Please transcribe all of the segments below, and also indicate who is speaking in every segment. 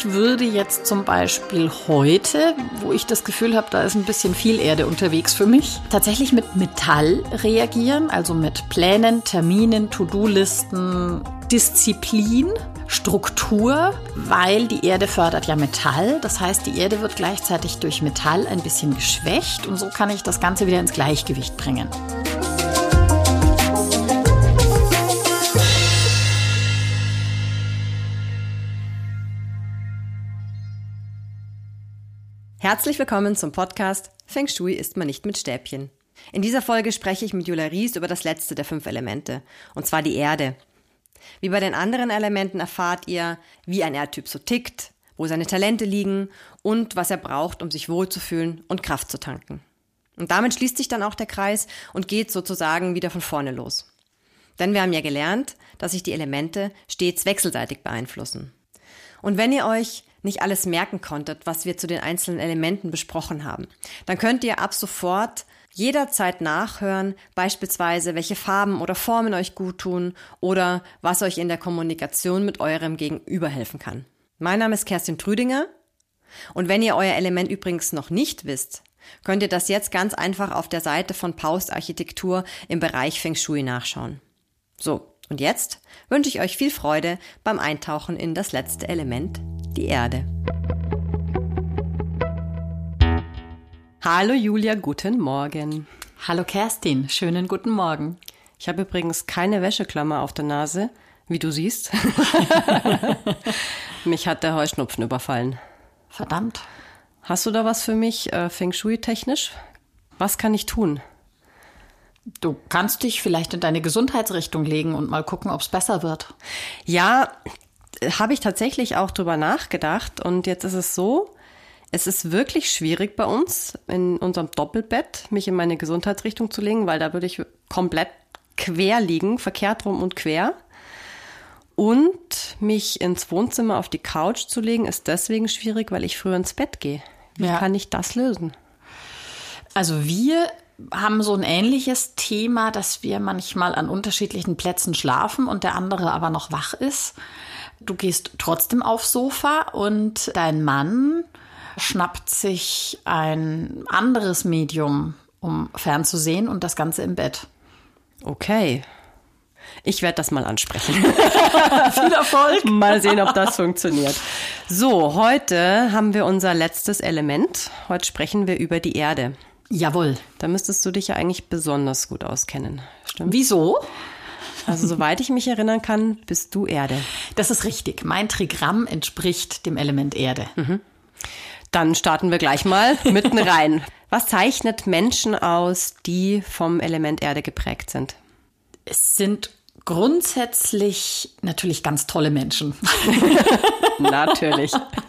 Speaker 1: Ich würde jetzt zum Beispiel heute, wo ich das Gefühl habe, da ist ein bisschen viel Erde unterwegs für mich, tatsächlich mit Metall reagieren, also mit Plänen, Terminen, To-Do-Listen, Disziplin, Struktur, weil die Erde fördert ja Metall. Das heißt, die Erde wird gleichzeitig durch Metall ein bisschen geschwächt und so kann ich das Ganze wieder ins Gleichgewicht bringen.
Speaker 2: Herzlich willkommen zum Podcast Feng Shui isst man nicht mit Stäbchen. In dieser Folge spreche ich mit Julia Ries über das letzte der 5 Elemente, und zwar die Erde. Wie bei den anderen Elementen erfahrt ihr, wie ein Erdtyp so tickt, wo seine Talente liegen und was er braucht, um sich wohlzufühlen und Kraft zu tanken. Und damit schließt sich dann auch der Kreis und geht sozusagen wieder von vorne los. Denn wir haben ja gelernt, dass sich die Elemente stets wechselseitig beeinflussen. Und wenn ihr euch nicht alles merken konntet, was wir zu den einzelnen Elementen besprochen haben, dann könnt ihr ab sofort jederzeit nachhören, beispielsweise welche Farben oder Formen euch gut tun oder was euch in der Kommunikation mit eurem Gegenüber helfen kann. Mein Name ist Kerstin Trüdinger und wenn ihr euer Element übrigens noch nicht wisst, könnt ihr das jetzt ganz einfach auf der Seite von Paust Architektur im Bereich Feng Shui nachschauen. So, und jetzt wünsche ich euch viel Freude beim Eintauchen in das letzte Element, die Erde. Hallo Julia, guten Morgen.
Speaker 1: Hallo Kerstin, schönen guten Morgen.
Speaker 2: Ich habe übrigens keine Wäscheklammer auf der Nase, wie du siehst. Mich hat der Heuschnupfen überfallen.
Speaker 1: Verdammt.
Speaker 2: Hast du da was für mich, Feng Shui technisch? Was kann ich tun?
Speaker 1: Du kannst dich vielleicht in deine Gesundheitsrichtung legen und mal gucken, ob es besser wird.
Speaker 2: Ja, habe ich tatsächlich auch drüber nachgedacht und jetzt ist es so, es ist wirklich schwierig bei uns in unserem Doppelbett, mich in meine Gesundheitsrichtung zu legen, weil da würde ich komplett quer liegen, verkehrt rum und quer. Und mich ins Wohnzimmer auf die Couch zu legen, ist deswegen schwierig, weil ich früher ins Bett gehe. Wie kann ich das lösen?
Speaker 1: Also wir haben so ein ähnliches Thema, dass wir manchmal an unterschiedlichen Plätzen schlafen und der andere aber noch wach ist. Du gehst trotzdem aufs Sofa und dein Mann schnappt sich ein anderes Medium, um fernzusehen und das Ganze im Bett.
Speaker 2: Okay. Ich werde das mal ansprechen.
Speaker 1: Viel Erfolg.
Speaker 2: Mal sehen, ob das funktioniert. So, heute haben wir unser letztes Element. Heute sprechen wir über die Erde.
Speaker 1: Jawohl.
Speaker 2: Da müsstest du dich ja eigentlich besonders gut auskennen. Stimmt?
Speaker 1: Wieso?
Speaker 2: Also soweit ich mich erinnern kann, bist du Erde.
Speaker 1: Das ist richtig. Mein Trigramm entspricht dem Element Erde.
Speaker 2: Mhm. Dann starten wir gleich mal mitten rein. Was zeichnet Menschen aus, die vom Element Erde geprägt sind?
Speaker 1: Es sind grundsätzlich natürlich ganz tolle Menschen.
Speaker 2: Natürlich.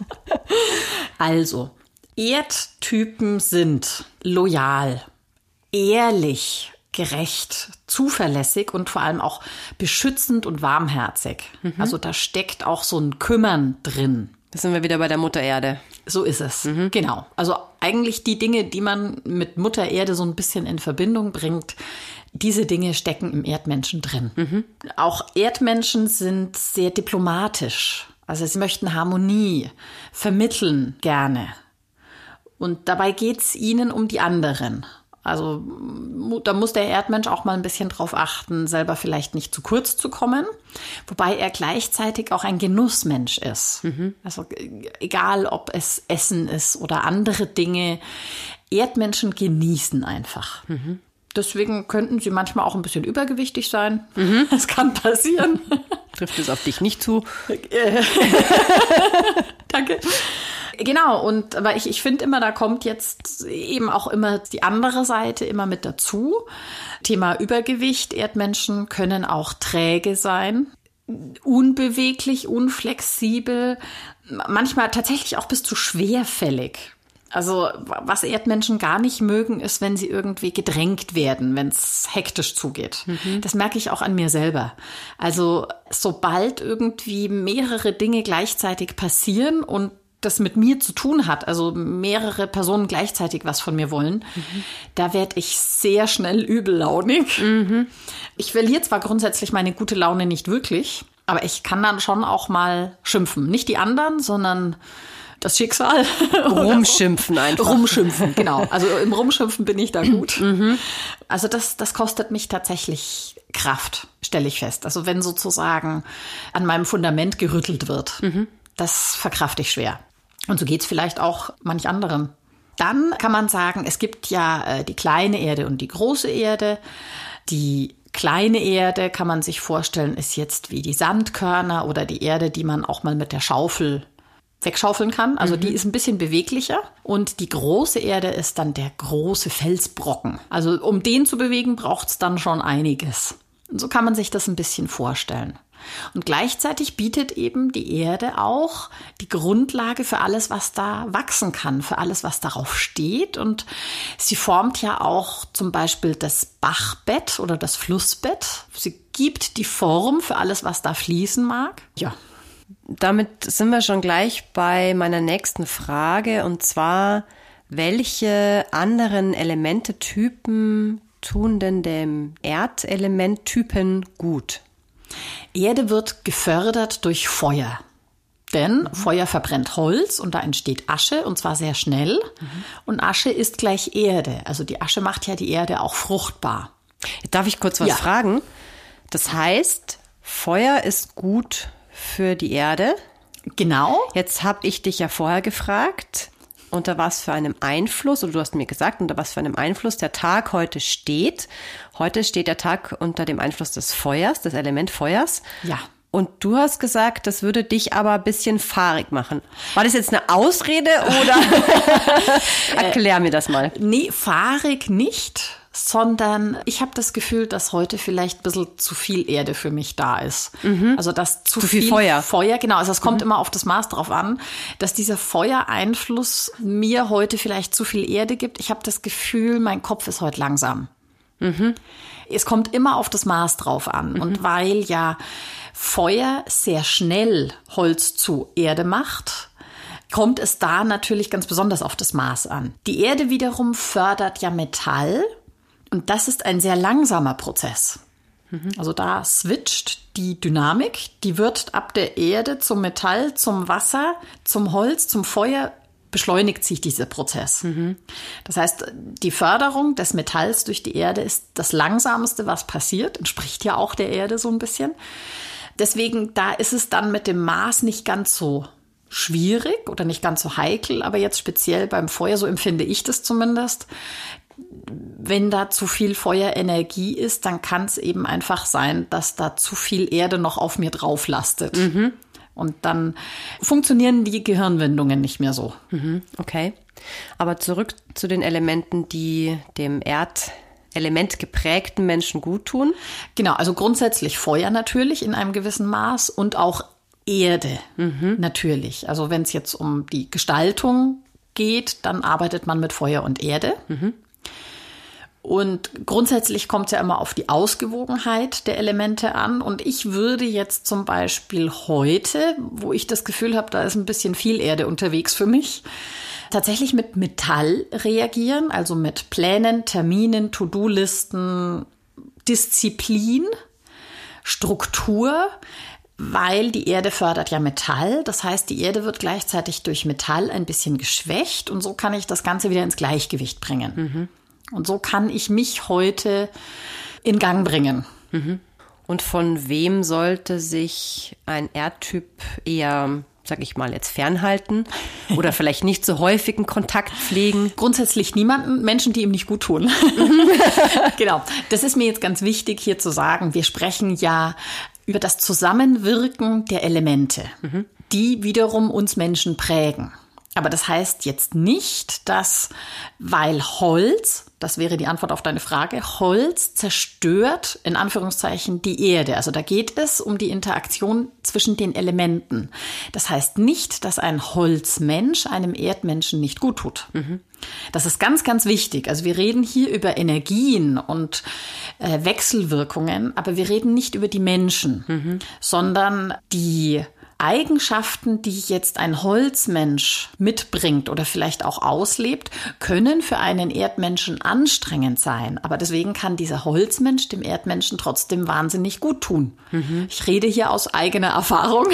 Speaker 1: Also, Erdtypen sind loyal, ehrlich, gerecht, zuverlässig und vor allem auch beschützend und warmherzig. Mhm. Also da steckt auch so ein Kümmern drin.
Speaker 2: Da sind wir wieder bei der Mutter Erde.
Speaker 1: So ist es, genau. Also eigentlich die Dinge, die man mit Mutter Erde so ein bisschen in Verbindung bringt, diese Dinge stecken im Erdmenschen drin. Mhm. Auch Erdmenschen sind sehr diplomatisch. Also sie möchten Harmonie, vermitteln gerne. Und dabei geht's ihnen um die anderen. Also da muss der Erdmensch auch mal ein bisschen drauf achten, selber vielleicht nicht zu kurz zu kommen. Wobei er gleichzeitig auch ein Genussmensch ist. Mhm. Also egal, ob es Essen ist oder andere Dinge, Erdmenschen genießen einfach. Mhm. Deswegen könnten sie manchmal auch ein bisschen übergewichtig sein. Mhm. Das kann passieren.
Speaker 2: Trifft es auf dich nicht zu?
Speaker 1: Danke. Genau, und aber ich finde immer, da kommt jetzt eben auch immer die andere Seite immer mit dazu. Thema Übergewicht. Erdmenschen können auch träge sein, unbeweglich, unflexibel, manchmal tatsächlich auch bis zu schwerfällig. Also was Erdmenschen gar nicht mögen, ist, wenn sie irgendwie gedrängt werden, wenn es hektisch zugeht. Mhm. Das merke ich auch an mir selber. Also sobald irgendwie mehrere Dinge gleichzeitig passieren und das mit mir zu tun hat, also mehrere Personen gleichzeitig was von mir wollen, da werde ich sehr schnell übellaunig. Mhm. Ich verliere zwar grundsätzlich meine gute Laune nicht wirklich, Aber ich kann dann schon auch mal schimpfen. Nicht die anderen, sondern das Schicksal.
Speaker 2: Rumschimpfen einfach.
Speaker 1: Rumschimpfen, genau. Also im Rumschimpfen bin ich da gut. Also das kostet mich tatsächlich Kraft, stelle ich fest. Also wenn sozusagen an meinem Fundament gerüttelt wird, das verkrafte ich schwer. Und so geht's vielleicht auch manch anderen. Dann kann man sagen, es gibt ja die kleine Erde und die große Erde. Die kleine Erde, kann man sich vorstellen, ist jetzt wie die Sandkörner oder die Erde, die man auch mal mit der Schaufel wegschaufeln kann. Also die ist ein bisschen beweglicher. Und die große Erde ist dann der große Felsbrocken. Also um den zu bewegen, braucht es dann schon einiges. Und so kann man sich das ein bisschen vorstellen. Und gleichzeitig bietet eben die Erde auch die Grundlage für alles, was da wachsen kann, für alles, was darauf steht. Und sie formt ja auch zum Beispiel das Bachbett oder das Flussbett. Sie gibt die Form für alles, was da fließen mag. Ja.
Speaker 2: Damit sind wir schon gleich bei meiner nächsten Frage, und zwar, welche anderen Elementetypen tun denn dem Erdelementtypen gut?
Speaker 1: Erde wird gefördert durch Feuer. Denn Feuer verbrennt Holz und da entsteht Asche, und zwar sehr schnell. Und Asche ist gleich Erde. Also die Asche macht ja die Erde auch fruchtbar.
Speaker 2: Darf ich kurz was fragen? Das heißt, Feuer ist gut für die Erde.
Speaker 1: Genau.
Speaker 2: Jetzt habe ich dich ja vorher gefragt, unter was für einem Einfluss, oder du hast mir gesagt, unter was für einem Einfluss der Tag heute steht. Heute steht der Tag unter dem Einfluss des Feuers, des Element Feuers.
Speaker 1: Ja.
Speaker 2: Und du hast gesagt, das würde dich aber ein bisschen fahrig machen. War das jetzt eine Ausrede oder? Erklär mir das mal.
Speaker 1: Nee, fahrig nicht, sondern ich habe das Gefühl, dass heute vielleicht ein bisschen zu viel Erde für mich da ist. Also dass zu viel Feuer, genau. Also es kommt immer auf das Maß drauf an, dass dieser Feuereinfluss mir heute vielleicht zu viel Erde gibt. Ich habe das Gefühl, mein Kopf ist heute langsam. Es kommt immer auf das Maß drauf an. Und weil ja Feuer sehr schnell Holz zu Erde macht, kommt es da natürlich ganz besonders auf das Maß an. Die Erde wiederum fördert ja Metall. Und das ist ein sehr langsamer Prozess. Also da switcht die Dynamik, die wird ab der Erde zum Metall, zum Wasser, zum Holz, zum Feuer, beschleunigt sich dieser Prozess. Das heißt, die Förderung des Metalls durch die Erde ist das Langsamste, was passiert, entspricht ja auch der Erde so ein bisschen. Deswegen, da ist es dann mit dem Maß nicht ganz so schwierig oder nicht ganz so heikel, aber jetzt speziell beim Feuer, so empfinde ich das zumindest. Wenn da zu viel Feuerenergie ist, dann kann es eben einfach sein, dass da zu viel Erde noch auf mir drauf lastet. Und dann funktionieren die Gehirnwindungen nicht mehr so.
Speaker 2: Okay. Aber zurück zu den Elementen, die dem Erdelement geprägten Menschen gut tun.
Speaker 1: Genau, also grundsätzlich Feuer natürlich in einem gewissen Maß und auch Erde natürlich. Also wenn es jetzt um die Gestaltung geht, dann arbeitet man mit Feuer und Erde. Und grundsätzlich kommt es ja immer auf die Ausgewogenheit der Elemente an. Und ich würde jetzt zum Beispiel heute, wo ich das Gefühl habe, da ist ein bisschen viel Erde unterwegs für mich, tatsächlich mit Metall reagieren, also mit Plänen, Terminen, To-Do-Listen, Disziplin, Struktur, weil die Erde fördert ja Metall. Das heißt, die Erde wird gleichzeitig durch Metall ein bisschen geschwächt und so kann ich das Ganze wieder ins Gleichgewicht bringen. Und so kann ich mich heute in Gang bringen.
Speaker 2: Und von wem sollte sich ein Erdtyp eher, sag ich mal, jetzt fernhalten oder vielleicht nicht so häufigen Kontakt pflegen?
Speaker 1: Grundsätzlich niemanden, Menschen, die ihm nicht gut tun. Genau, das ist mir jetzt ganz wichtig hier zu sagen. Wir sprechen ja über das Zusammenwirken der Elemente, die wiederum uns Menschen prägen. Aber das heißt jetzt nicht, dass, weil Holz, das wäre die Antwort auf deine Frage, Holz zerstört, in Anführungszeichen, die Erde. Also da geht es um die Interaktion zwischen den Elementen. Das heißt nicht, dass ein Holzmensch einem Erdmenschen nicht gut tut. Das ist ganz, ganz wichtig. Also wir reden hier über Energien und Wechselwirkungen, aber wir reden nicht über die Menschen, sondern die Eigenschaften, die jetzt ein Holzmensch mitbringt oder vielleicht auch auslebt, können für einen Erdmenschen anstrengend sein. Aber deswegen kann dieser Holzmensch dem Erdmenschen trotzdem wahnsinnig gut tun. Ich rede hier aus eigener Erfahrung.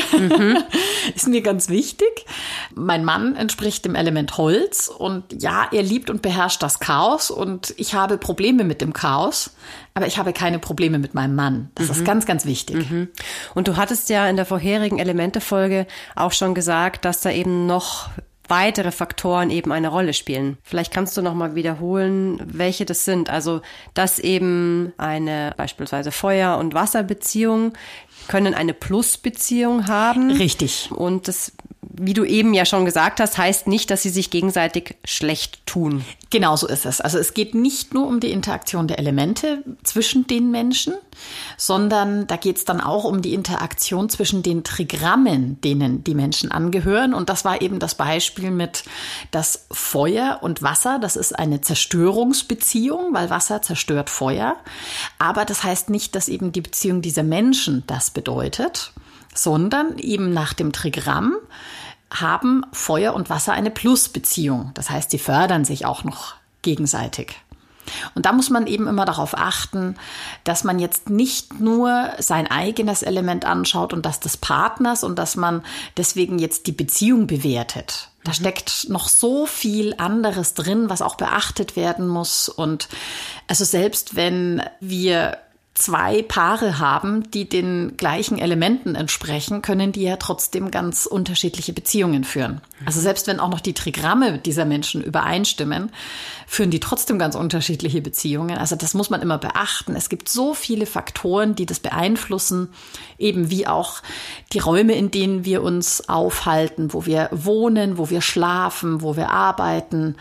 Speaker 1: Ist mir ganz wichtig. Mein Mann entspricht dem Element Holz und ja, er liebt und beherrscht das Chaos und ich habe Probleme mit dem Chaos, aber ich habe keine Probleme mit meinem Mann. Das ist ganz, ganz wichtig.
Speaker 2: Und du hattest ja in der vorherigen Elemente-Folge auch schon gesagt, dass da eben noch weitere Faktoren eben eine Rolle spielen. Vielleicht kannst du noch mal wiederholen, welche das sind. Also, dass eben eine beispielsweise Feuer- und Wasserbeziehung können eine Plusbeziehung haben.
Speaker 1: Richtig.
Speaker 2: Und das, wie du eben ja schon gesagt hast, heißt nicht, dass sie sich gegenseitig schlecht tun.
Speaker 1: Genau so ist es. Also es geht nicht nur um die Interaktion der Elemente zwischen den Menschen, sondern da geht es dann auch um die Interaktion zwischen den Trigrammen, denen die Menschen angehören. Und das war eben das Beispiel mit das Feuer und Wasser. Das ist eine Zerstörungsbeziehung, weil Wasser zerstört Feuer. Aber das heißt nicht, dass eben die Beziehung dieser Menschen das bedeutet, sondern eben nach dem Trigramm haben Feuer und Wasser eine Plusbeziehung. Das heißt, sie fördern sich auch noch gegenseitig. Und da muss man eben immer darauf achten, dass man jetzt nicht nur sein eigenes Element anschaut und das des Partners und dass man deswegen jetzt die Beziehung bewertet. Da steckt noch so viel anderes drin, was auch beachtet werden muss. Und also selbst wenn wir 2 Paare haben, die den gleichen Elementen entsprechen, können die ja trotzdem ganz unterschiedliche Beziehungen führen. Also selbst wenn auch noch die Trigramme dieser Menschen übereinstimmen, führen die trotzdem ganz unterschiedliche Beziehungen. Also das muss man immer beachten. Es gibt so viele Faktoren, die das beeinflussen, eben wie auch die Räume, in denen wir uns aufhalten, wo wir wohnen, wo wir schlafen, wo wir arbeiten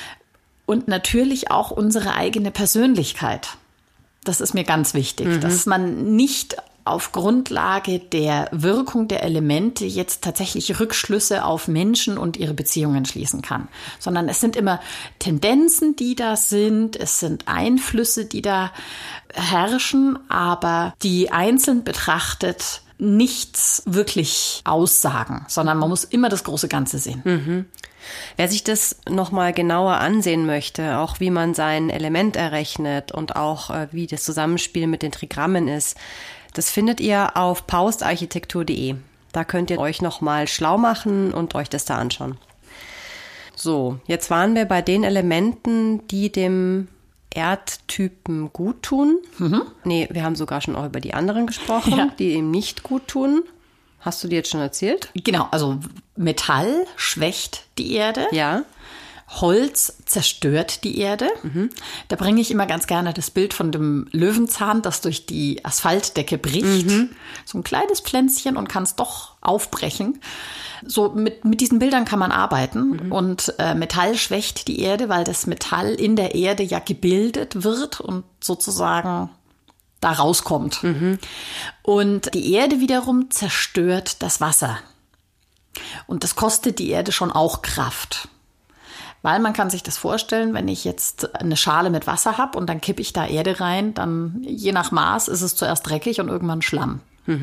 Speaker 1: und natürlich auch unsere eigene Persönlichkeit. Das ist mir ganz wichtig, dass man nicht auf Grundlage der Wirkung der Elemente jetzt tatsächlich Rückschlüsse auf Menschen und ihre Beziehungen schließen kann, sondern es sind immer Tendenzen, die da sind, es sind Einflüsse, die da herrschen, aber die einzeln betrachtet nichts wirklich aussagen, sondern man muss immer das große Ganze sehen.
Speaker 2: Wer sich das nochmal genauer ansehen möchte, auch wie man sein Element errechnet und auch wie das Zusammenspiel mit den Trigrammen ist, das findet ihr auf paustarchitektur.de. Da könnt ihr euch nochmal schlau machen und euch das da anschauen. So, jetzt waren wir bei den Elementen, die dem Erdtypen gut tun. Nee, wir haben sogar schon auch über die anderen gesprochen, die ihm nicht gut tun. Hast du dir jetzt schon erzählt?
Speaker 1: Genau, also Metall schwächt die Erde.
Speaker 2: Ja.
Speaker 1: Holz zerstört die Erde. Da bringe ich immer ganz gerne das Bild von dem Löwenzahn, das durch die Asphaltdecke bricht. So ein kleines Pflänzchen und kann es doch aufbrechen. So mit diesen Bildern kann man arbeiten. Und Metall schwächt die Erde, weil das Metall in der Erde ja gebildet wird und sozusagen da rauskommt. Und die Erde wiederum zerstört das Wasser. Und das kostet die Erde schon auch Kraft. Weil man kann sich das vorstellen, wenn ich jetzt eine Schale mit Wasser habe und dann kippe ich da Erde rein, dann je nach Maß ist es zuerst dreckig und irgendwann Schlamm.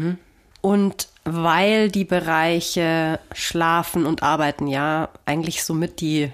Speaker 2: Und weil die Bereiche Schlafen und Arbeiten ja eigentlich so mit die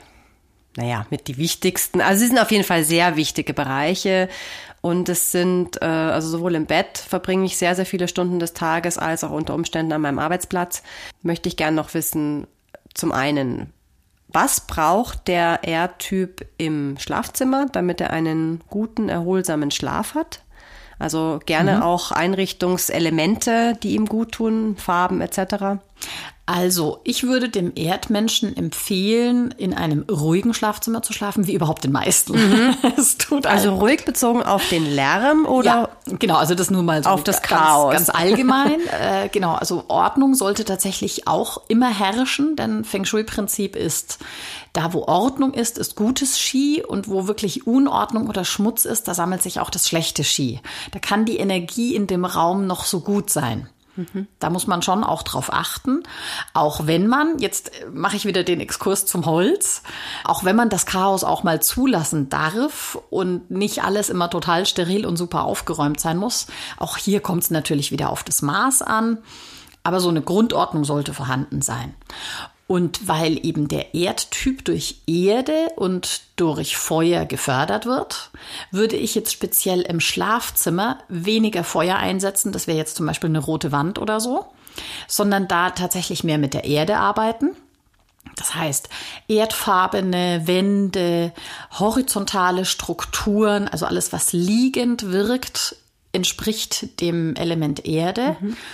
Speaker 2: wichtigsten, also sie sind auf jeden Fall sehr wichtige Bereiche. Und es sind, also sowohl im Bett verbringe ich sehr, sehr viele Stunden des Tages, als auch unter Umständen an meinem Arbeitsplatz. Möchte ich gerne noch wissen, zum einen, was braucht der Erdtyp im Schlafzimmer, damit er einen guten, erholsamen Schlaf hat? Also gerne auch Einrichtungselemente, die ihm gut tun, Farben etc.
Speaker 1: Also, ich würde dem Erdmenschen empfehlen, in einem ruhigen Schlafzimmer zu schlafen, wie überhaupt den meisten. Es tut
Speaker 2: also ruhig bezogen auf den Lärm oder?
Speaker 1: Ja, genau, also das nur mal so
Speaker 2: auf das Chaos.
Speaker 1: Ganz allgemein. Genau, also Ordnung sollte tatsächlich auch immer herrschen, denn Feng Shui-Prinzip ist, da wo Ordnung ist gutes Qi und wo wirklich Unordnung oder Schmutz ist, da sammelt sich auch das schlechte Qi. Da kann die Energie in dem Raum noch so gut sein. Da muss man schon auch drauf achten, auch wenn man, jetzt mache ich wieder den Exkurs zum Holz, auch wenn man das Chaos auch mal zulassen darf und nicht alles immer total steril und super aufgeräumt sein muss, auch hier kommt es natürlich wieder auf das Maß an. Aber so eine Grundordnung sollte vorhanden sein. Und weil eben der Erdtyp durch Erde und durch Feuer gefördert wird, würde ich jetzt speziell im Schlafzimmer weniger Feuer einsetzen. Das wäre jetzt zum Beispiel eine rote Wand oder so, sondern da tatsächlich mehr mit der Erde arbeiten. Das heißt, erdfarbene Wände, horizontale Strukturen, also alles, was liegend wirkt, entspricht dem Element Erde.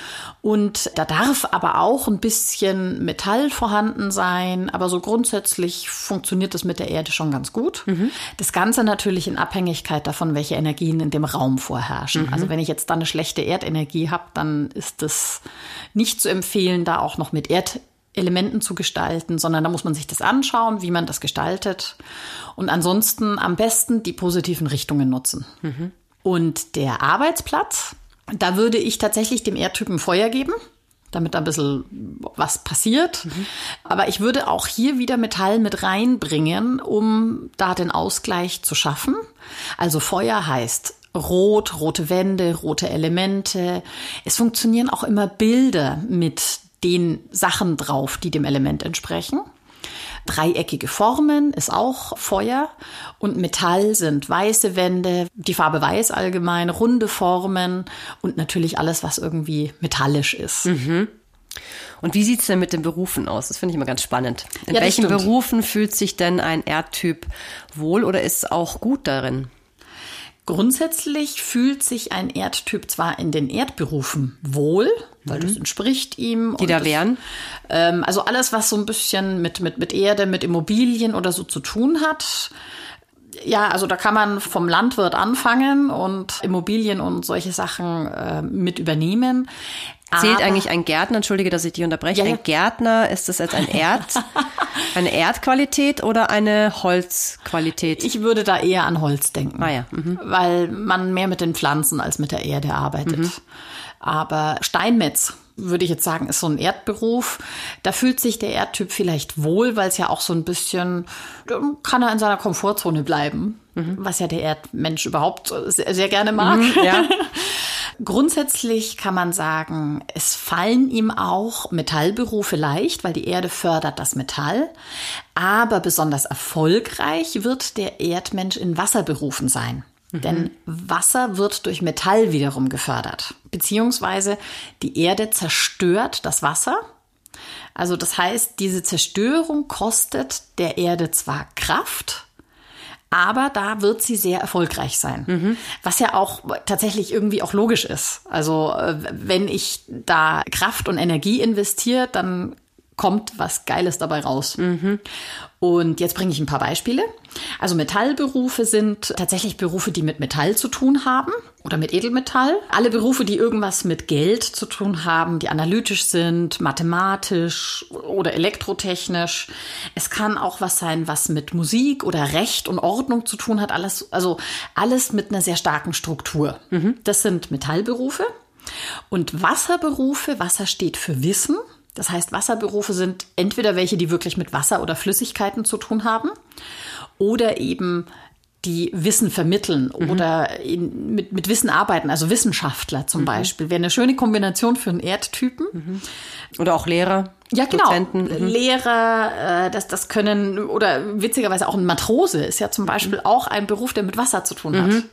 Speaker 1: Und da darf aber auch ein bisschen Metall vorhanden sein, aber so grundsätzlich funktioniert das mit der Erde schon ganz gut. Das Ganze natürlich in Abhängigkeit davon, welche Energien in dem Raum vorherrschen. Also wenn ich jetzt da eine schlechte Erdenergie habe, dann ist es nicht zu empfehlen, da auch noch mit Erdelementen zu gestalten, sondern da muss man sich das anschauen, wie man das gestaltet. Und ansonsten am besten die positiven Richtungen nutzen. Und der Arbeitsplatz, da würde ich tatsächlich dem Erdtypen Feuer geben, damit da ein bisschen was passiert. Aber ich würde auch hier wieder Metall mit reinbringen, um da den Ausgleich zu schaffen. Also Feuer heißt rot, rote Wände, rote Elemente. Es funktionieren auch immer Bilder mit den Sachen drauf, die dem Element entsprechen. Dreieckige Formen ist auch Feuer und Metall sind weiße Wände, die Farbe weiß allgemein, runde Formen und natürlich alles, was irgendwie metallisch ist.
Speaker 2: Und wie sieht's denn mit den Berufen aus? Das finde ich immer ganz spannend. In
Speaker 1: Ja, das
Speaker 2: welchen
Speaker 1: stimmt.
Speaker 2: Berufen fühlt sich denn ein Erdtyp wohl oder ist auch gut darin?
Speaker 1: Grundsätzlich fühlt sich ein Erdtyp zwar in den Erdberufen wohl, weil das entspricht ihm.
Speaker 2: Die
Speaker 1: und
Speaker 2: da
Speaker 1: das,
Speaker 2: wären?
Speaker 1: Also alles, was so ein bisschen mit Erde, mit Immobilien oder so zu tun hat. Ja, also da kann man vom Landwirt anfangen und Immobilien und solche Sachen mit übernehmen.
Speaker 2: Zählt
Speaker 1: Aber
Speaker 2: eigentlich ein Gärtner, entschuldige, dass ich dich unterbreche,
Speaker 1: Ja, ja.
Speaker 2: ein Gärtner, ist das jetzt eine Erdqualität oder eine Holzqualität?
Speaker 1: ich würde da eher an Holz denken,
Speaker 2: Ah ja,
Speaker 1: weil man mehr mit den Pflanzen als mit der Erde arbeitet. Aber Steinmetz, würde ich jetzt sagen, ist so ein Erdberuf. Da fühlt sich der Erdtyp vielleicht wohl, weil es ja auch so ein bisschen, kann er in seiner Komfortzone bleiben, was ja der Erdmensch überhaupt sehr, sehr gerne mag.
Speaker 2: Ja.
Speaker 1: Grundsätzlich kann man sagen, es fallen ihm auch Metallberufe leicht, weil die Erde fördert das Metall. Aber besonders erfolgreich wird der Erdmensch in Wasserberufen sein. Denn Wasser wird durch Metall wiederum gefördert. Beziehungsweise die Erde zerstört das Wasser. Also das heißt, diese Zerstörung kostet der Erde zwar Kraft, aber da wird sie sehr erfolgreich sein. Was ja auch tatsächlich irgendwie auch logisch ist. Also wenn ich da Kraft und Energie investiere, dann kommt was Geiles dabei raus. Und jetzt bringe ich ein paar Beispiele. Also Metallberufe sind tatsächlich Berufe, die mit Metall zu tun haben oder mit Edelmetall. Alle Berufe, die irgendwas mit Geld zu tun haben, die analytisch sind, mathematisch oder elektrotechnisch. Es kann auch was sein, was mit Musik oder Recht und Ordnung zu tun hat. Alles mit einer sehr starken Struktur. Das sind Metallberufe. Und Wasserberufe, Wasser steht für Wissen. Das heißt, Wasserberufe sind entweder welche, die wirklich mit Wasser oder Flüssigkeiten zu tun haben oder eben die Wissen vermitteln oder mit Wissen arbeiten, also Wissenschaftler zum Beispiel. Wäre eine schöne Kombination für einen Erdtypen.
Speaker 2: Oder auch Lehrer,
Speaker 1: Ja, genau.
Speaker 2: Dozenten.
Speaker 1: Lehrer, das können, oder witzigerweise auch ein Matrose ist ja zum Beispiel auch ein Beruf, der mit Wasser zu tun hat.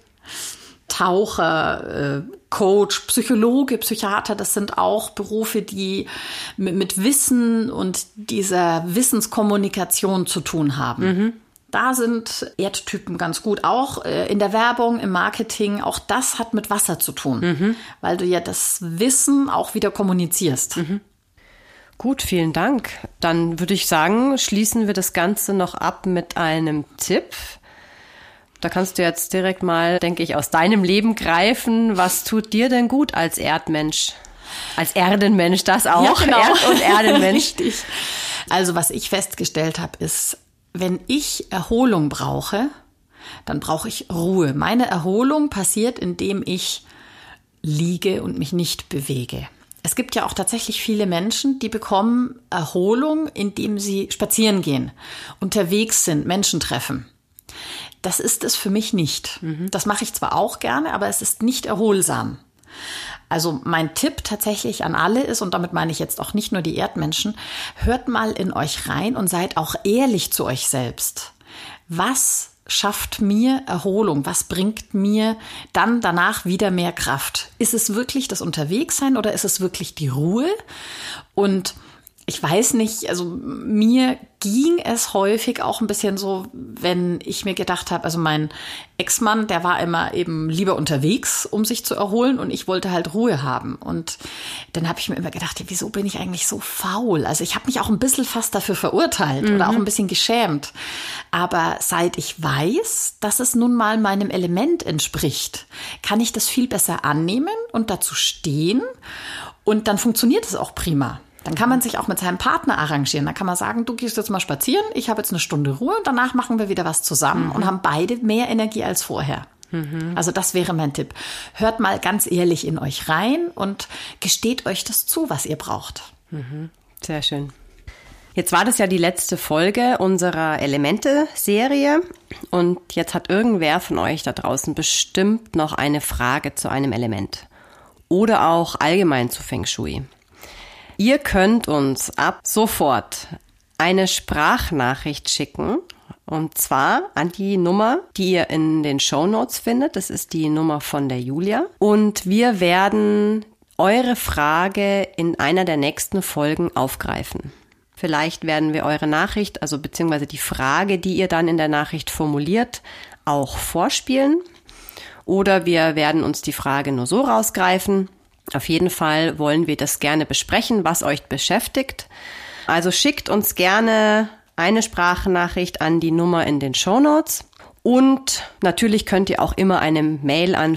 Speaker 1: Taucher, Coach, Psychologe, Psychiater, das sind auch Berufe, die mit Wissen und dieser Wissenskommunikation zu tun haben. Da sind Erdtypen ganz gut. Auch in der Werbung, im Marketing, auch das hat mit Wasser zu tun, weil du ja das Wissen auch wieder kommunizierst.
Speaker 2: Gut, vielen Dank. Dann würde ich sagen, schließen wir das Ganze noch ab mit einem Tipp. Da kannst du jetzt direkt mal, denke ich, aus deinem Leben greifen. Was tut dir denn gut als Erdmensch? Als Erdenmensch, das auch.
Speaker 1: Ja, genau.
Speaker 2: Erd- und Erdenmensch.
Speaker 1: Richtig. Also was ich festgestellt habe, ist, wenn ich Erholung brauche, dann brauche ich Ruhe. Meine Erholung passiert, indem ich liege und mich nicht bewege. Es gibt ja auch tatsächlich viele Menschen, die bekommen Erholung, indem sie spazieren gehen, unterwegs sind, Menschen treffen. Das ist es für mich nicht. Das mache ich zwar auch gerne, aber es ist nicht erholsam. Also mein Tipp tatsächlich an alle ist, und damit meine ich jetzt auch nicht nur die Erdmenschen, hört mal in euch rein und seid auch ehrlich zu euch selbst. Was schafft mir Erholung? Was bringt mir dann danach wieder mehr Kraft? Ist es wirklich das Unterwegssein oder ist es wirklich die Ruhe? Und ich weiß nicht, also mir ging es häufig auch ein bisschen so, wenn ich mir gedacht habe, also mein Ex-Mann, der war immer eben lieber unterwegs, um sich zu erholen und ich wollte halt Ruhe haben. Und dann habe ich mir immer gedacht, ja, wieso bin ich eigentlich so faul? Also ich habe mich auch ein bisschen fast dafür verurteilt oder auch ein bisschen geschämt. Aber seit ich weiß, dass es nun mal meinem Element entspricht, kann ich das viel besser annehmen und dazu stehen und dann funktioniert es auch prima. Dann kann man sich auch mit seinem Partner arrangieren. Da kann man sagen, du gehst jetzt mal spazieren, ich habe jetzt eine Stunde Ruhe und danach machen wir wieder was zusammen und haben beide mehr Energie als vorher. Also das wäre mein Tipp. Hört mal ganz ehrlich in euch rein und gesteht euch das zu, was ihr braucht.
Speaker 2: Sehr schön. Jetzt war das ja die letzte Folge unserer Elemente-Serie und jetzt hat irgendwer von euch da draußen bestimmt noch eine Frage zu einem Element oder auch allgemein zu Feng Shui. Ihr könnt uns ab sofort eine Sprachnachricht schicken, und zwar an die Nummer, die ihr in den Shownotes findet. Das ist die Nummer von der Julia. Und wir werden eure Frage in einer der nächsten Folgen aufgreifen. Vielleicht werden wir eure Nachricht, also beziehungsweise die Frage, die ihr dann in der Nachricht formuliert, auch vorspielen. Oder wir werden uns die Frage nur so rausgreifen. Auf jeden Fall wollen wir das gerne besprechen, was euch beschäftigt. Also schickt uns gerne eine Sprachnachricht an die Nummer in den Shownotes. Und natürlich könnt ihr auch immer eine Mail an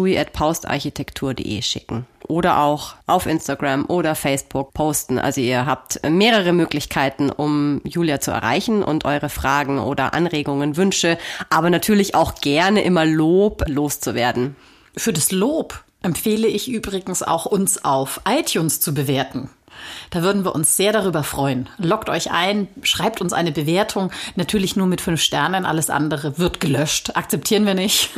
Speaker 2: fengshui@paustarchitektur.de schicken. Oder auch auf Instagram oder Facebook posten. Also ihr habt mehrere Möglichkeiten, um Julia zu erreichen und eure Fragen oder Anregungen, Wünsche, aber natürlich auch gerne immer Lob loszuwerden.
Speaker 1: Für das Lob empfehle ich übrigens auch, uns auf iTunes zu bewerten. Da würden wir uns sehr darüber freuen. Loggt euch ein, schreibt uns eine Bewertung, natürlich nur mit 5 Sternen, alles andere wird gelöscht, akzeptieren wir nicht.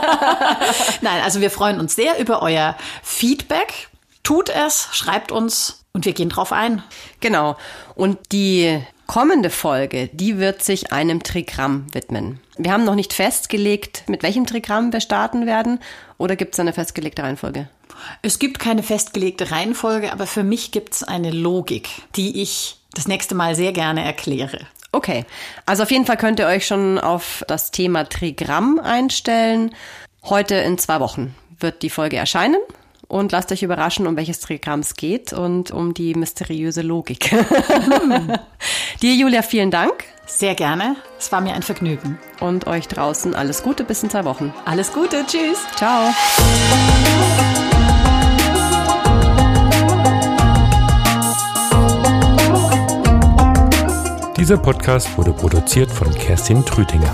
Speaker 1: Nein, also wir freuen uns sehr über euer Feedback. Tut es, schreibt uns und wir gehen drauf ein.
Speaker 2: Genau. Und die kommende Folge, die wird sich einem Trigramm widmen. Wir haben noch nicht festgelegt, mit welchem Trigramm wir starten werden, oder gibt es eine festgelegte Reihenfolge?
Speaker 1: Es gibt keine festgelegte Reihenfolge, aber für mich gibt es eine Logik, die ich das nächste Mal sehr gerne erkläre.
Speaker 2: Okay, also auf jeden Fall könnt ihr euch schon auf das Thema Trigramm einstellen. Heute in 2 Wochen wird die Folge erscheinen. Und lasst euch überraschen, um welches Trigramm es geht und um die mysteriöse Logik. Dir, Julia, vielen Dank.
Speaker 1: Sehr gerne. Es war mir ein Vergnügen.
Speaker 2: Und euch draußen alles Gute bis in 2 Wochen.
Speaker 1: Alles Gute. Tschüss.
Speaker 2: Ciao.
Speaker 3: Dieser Podcast wurde produziert von Kerstin Trütinger.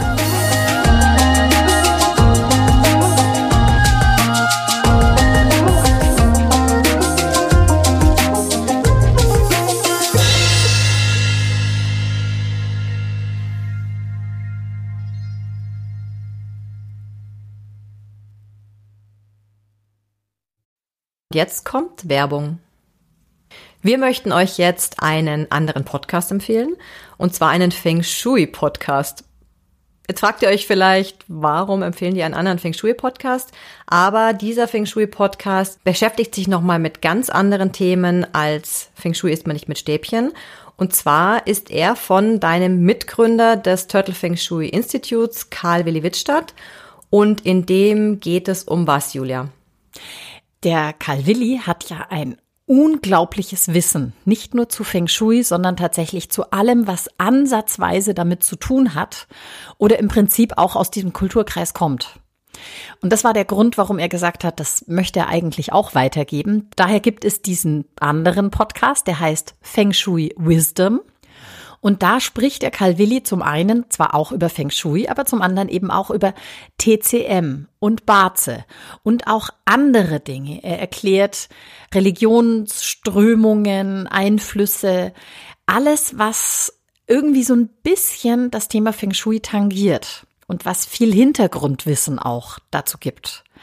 Speaker 2: Jetzt kommt Werbung. Wir möchten euch jetzt einen anderen Podcast empfehlen, und zwar einen Feng Shui Podcast. Jetzt fragt ihr euch vielleicht, warum empfehlen die einen anderen Feng Shui Podcast? Aber dieser Feng Shui Podcast beschäftigt sich nochmal mit ganz anderen Themen als Feng Shui isst man nicht mit Stäbchen. Und zwar ist er von deinem Mitgründer des Turtle Feng Shui Instituts, Karl-Willi Wittstadt. Und in dem geht es um was, Julia?
Speaker 1: Der Karl-Willi hat ja ein unglaubliches Wissen, nicht nur zu Feng Shui, sondern tatsächlich zu allem, was ansatzweise damit zu tun hat oder im Prinzip auch aus diesem Kulturkreis kommt. Und das war der Grund, warum er gesagt hat, das möchte er eigentlich auch weitergeben. Daher gibt es diesen anderen Podcast, der heißt Feng Shui Wisdom. Und da spricht der Karl-Willi zum einen zwar auch über Feng Shui, aber zum anderen eben auch über TCM und Bazi und auch andere Dinge. Er erklärt Religionsströmungen, Einflüsse, alles, was irgendwie so ein bisschen das Thema Feng Shui tangiert und was viel Hintergrundwissen auch dazu gibt.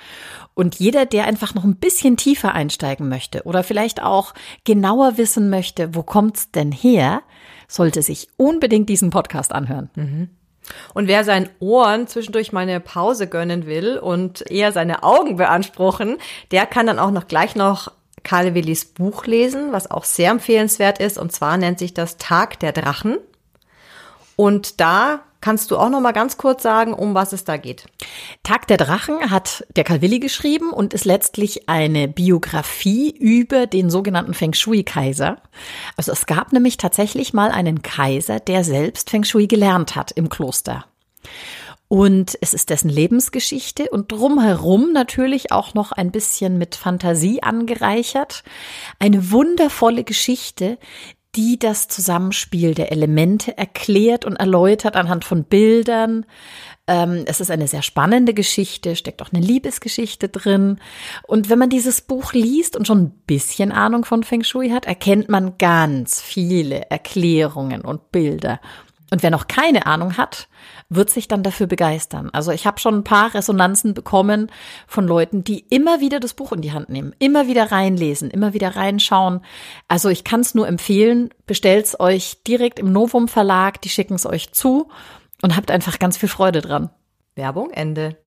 Speaker 1: Und jeder, der einfach noch ein bisschen tiefer einsteigen möchte oder vielleicht auch genauer wissen möchte, wo kommt's denn her, sollte sich unbedingt diesen Podcast anhören.
Speaker 2: Und wer seinen Ohren zwischendurch mal eine Pause gönnen will und eher seine Augen beanspruchen, der kann dann auch gleich noch Carle Willis Buch lesen, was auch sehr empfehlenswert ist. Und zwar nennt sich das Tag der Drachen. Und da kannst du auch noch mal ganz kurz sagen, um was es da geht.
Speaker 1: Tag der Drachen hat der Carle Willi geschrieben und ist letztlich eine Biografie über den sogenannten Feng Shui-Kaiser. Also es gab nämlich tatsächlich mal einen Kaiser, der selbst Feng Shui gelernt hat im Kloster. Und es ist dessen Lebensgeschichte und drumherum natürlich auch noch ein bisschen mit Fantasie angereichert. Eine wundervolle Geschichte, die das Zusammenspiel der Elemente erklärt und erläutert anhand von Bildern. Es ist eine sehr spannende Geschichte, steckt auch eine Liebesgeschichte drin. Und wenn man dieses Buch liest und schon ein bisschen Ahnung von Feng Shui hat, erkennt man ganz viele Erklärungen und Bilder. Und wer noch keine Ahnung hat, wird sich dann dafür begeistern. Also ich habe schon ein paar Resonanzen bekommen von Leuten, die immer wieder das Buch in die Hand nehmen, immer wieder reinlesen, immer wieder reinschauen. Also ich kann es nur empfehlen, bestellt's euch direkt im Novum Verlag, die schicken es euch zu und habt einfach ganz viel Freude dran.
Speaker 2: Werbung Ende.